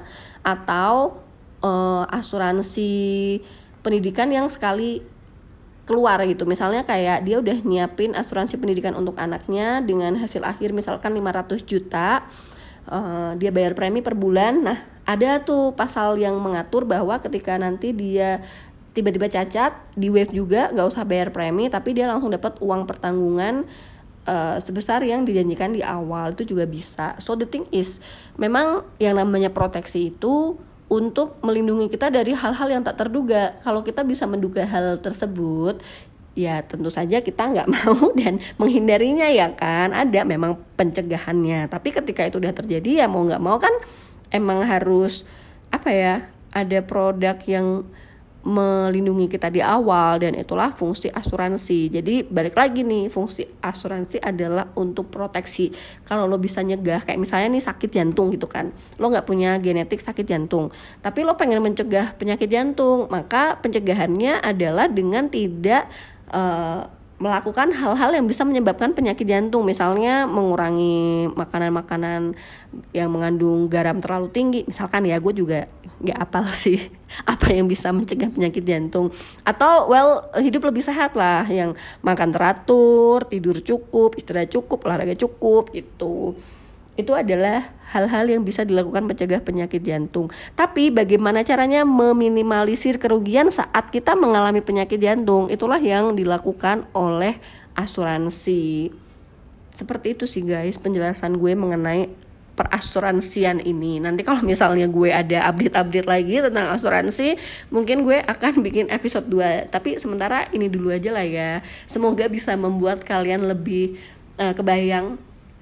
atau eh, asuransi pendidikan yang sekali keluar gitu. Misalnya kayak dia udah nyiapin asuransi pendidikan untuk anaknya dengan hasil akhir misalkan lima ratus juta, uh, dia bayar premi per bulan. Nah, ada tuh pasal yang mengatur bahwa ketika nanti dia tiba-tiba cacat, di waive juga, gak usah bayar premi, tapi dia langsung dapat uang pertanggungan uh, sebesar yang dijanjikan di awal. Itu juga bisa. So the thing is, memang yang namanya proteksi itu untuk melindungi kita dari hal-hal yang tak terduga. Kalau kita bisa menduga hal tersebut, ya tentu saja kita nggak mau dan menghindarinya ya kan. Ada memang pencegahannya. Tapi ketika itu udah terjadi, ya mau nggak mau kan emang harus apa ya, ada produk yang melindungi kita di awal, dan itulah fungsi asuransi. Jadi balik lagi nih, fungsi asuransi adalah untuk proteksi. Kalau lo bisa nyegah, kayak misalnya nih sakit jantung gitu kan, lo nggak punya genetik sakit jantung, tapi lo pengen mencegah penyakit jantung, maka pencegahannya adalah dengan tidak uh, melakukan hal-hal yang bisa menyebabkan penyakit jantung. Misalnya mengurangi makanan-makanan yang mengandung garam terlalu tinggi. Misalkan ya, gue juga gak apal sih apa yang bisa mencegah penyakit jantung. Atau well, hidup lebih sehat lah, yang makan teratur, tidur cukup, istirahat cukup, olahraga cukup gitu. Itu adalah hal-hal yang bisa dilakukan mencegah penyakit jantung. Tapi bagaimana caranya meminimalisir kerugian saat kita mengalami penyakit jantung? Itulah yang dilakukan oleh asuransi. Seperti itu sih guys penjelasan gue mengenai perasuransian ini. Nanti kalau misalnya gue ada update-update lagi tentang asuransi, mungkin gue akan bikin episode dua. Tapi sementara ini dulu aja lah ya. Semoga bisa membuat kalian lebih uh, kebayang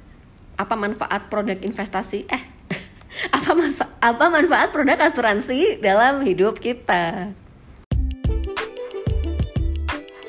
apa manfaat produk investasi eh apa masa, apa manfaat produk asuransi dalam hidup kita.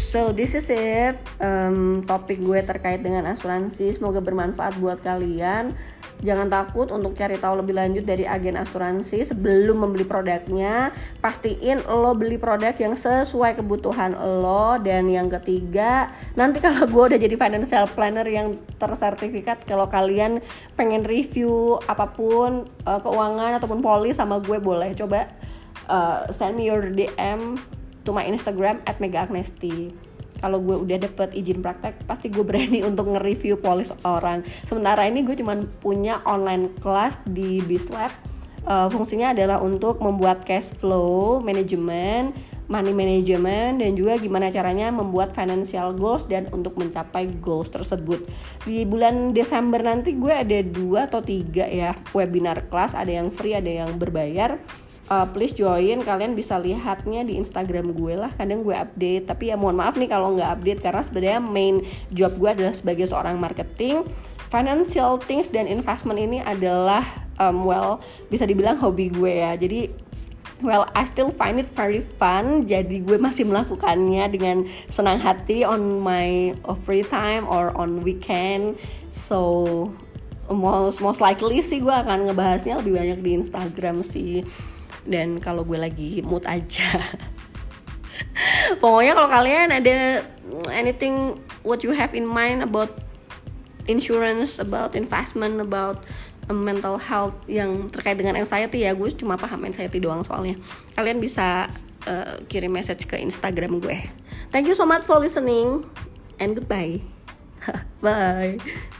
So this is it, um, topik gue terkait dengan asuransi. Semoga bermanfaat buat kalian. Jangan takut untuk cari tahu lebih lanjut dari agen asuransi sebelum membeli produknya. Pastiin lo beli produk yang sesuai kebutuhan lo. Dan yang ketiga, nanti kalau gue udah jadi financial planner yang tersertifikat, kalau kalian pengen review apapun uh, keuangan ataupun polis sama gue, boleh coba uh, send me your D M to my Instagram at mega agnesti. Kalau gue udah dapet izin praktek, pasti gue berani untuk nge-review polis orang. Sementara ini gue cuma punya online class di Bizlab. Uh, fungsinya adalah untuk membuat cash flow management, money management, dan juga gimana caranya membuat financial goals dan untuk mencapai goals tersebut. Di bulan Desember nanti gue ada dua atau tiga ya webinar kelas, ada yang free, ada yang berbayar. Uh, please join, kalian bisa lihatnya di Instagram gue lah, kadang gue update. Tapi ya mohon maaf nih kalau nggak update, karena sebenarnya main job gue adalah sebagai seorang marketing. Financial things dan investment ini adalah um, well, bisa dibilang hobi gue ya. Jadi well, I still find it very fun. Jadi gue masih melakukannya dengan senang hati on my free time or on weekend. So most, most likely sih gue akan ngebahasnya lebih banyak di Instagram sih. Dan kalau gue lagi mood aja. Pokoknya kalau kalian ada anything what you have in mind about insurance, about investment, about um, mental health yang terkait dengan anxiety, ya gue cuma paham anxiety doang soalnya. Kalian bisa uh, kirim message ke Instagram gue. Thank you so much for listening and goodbye. Bye.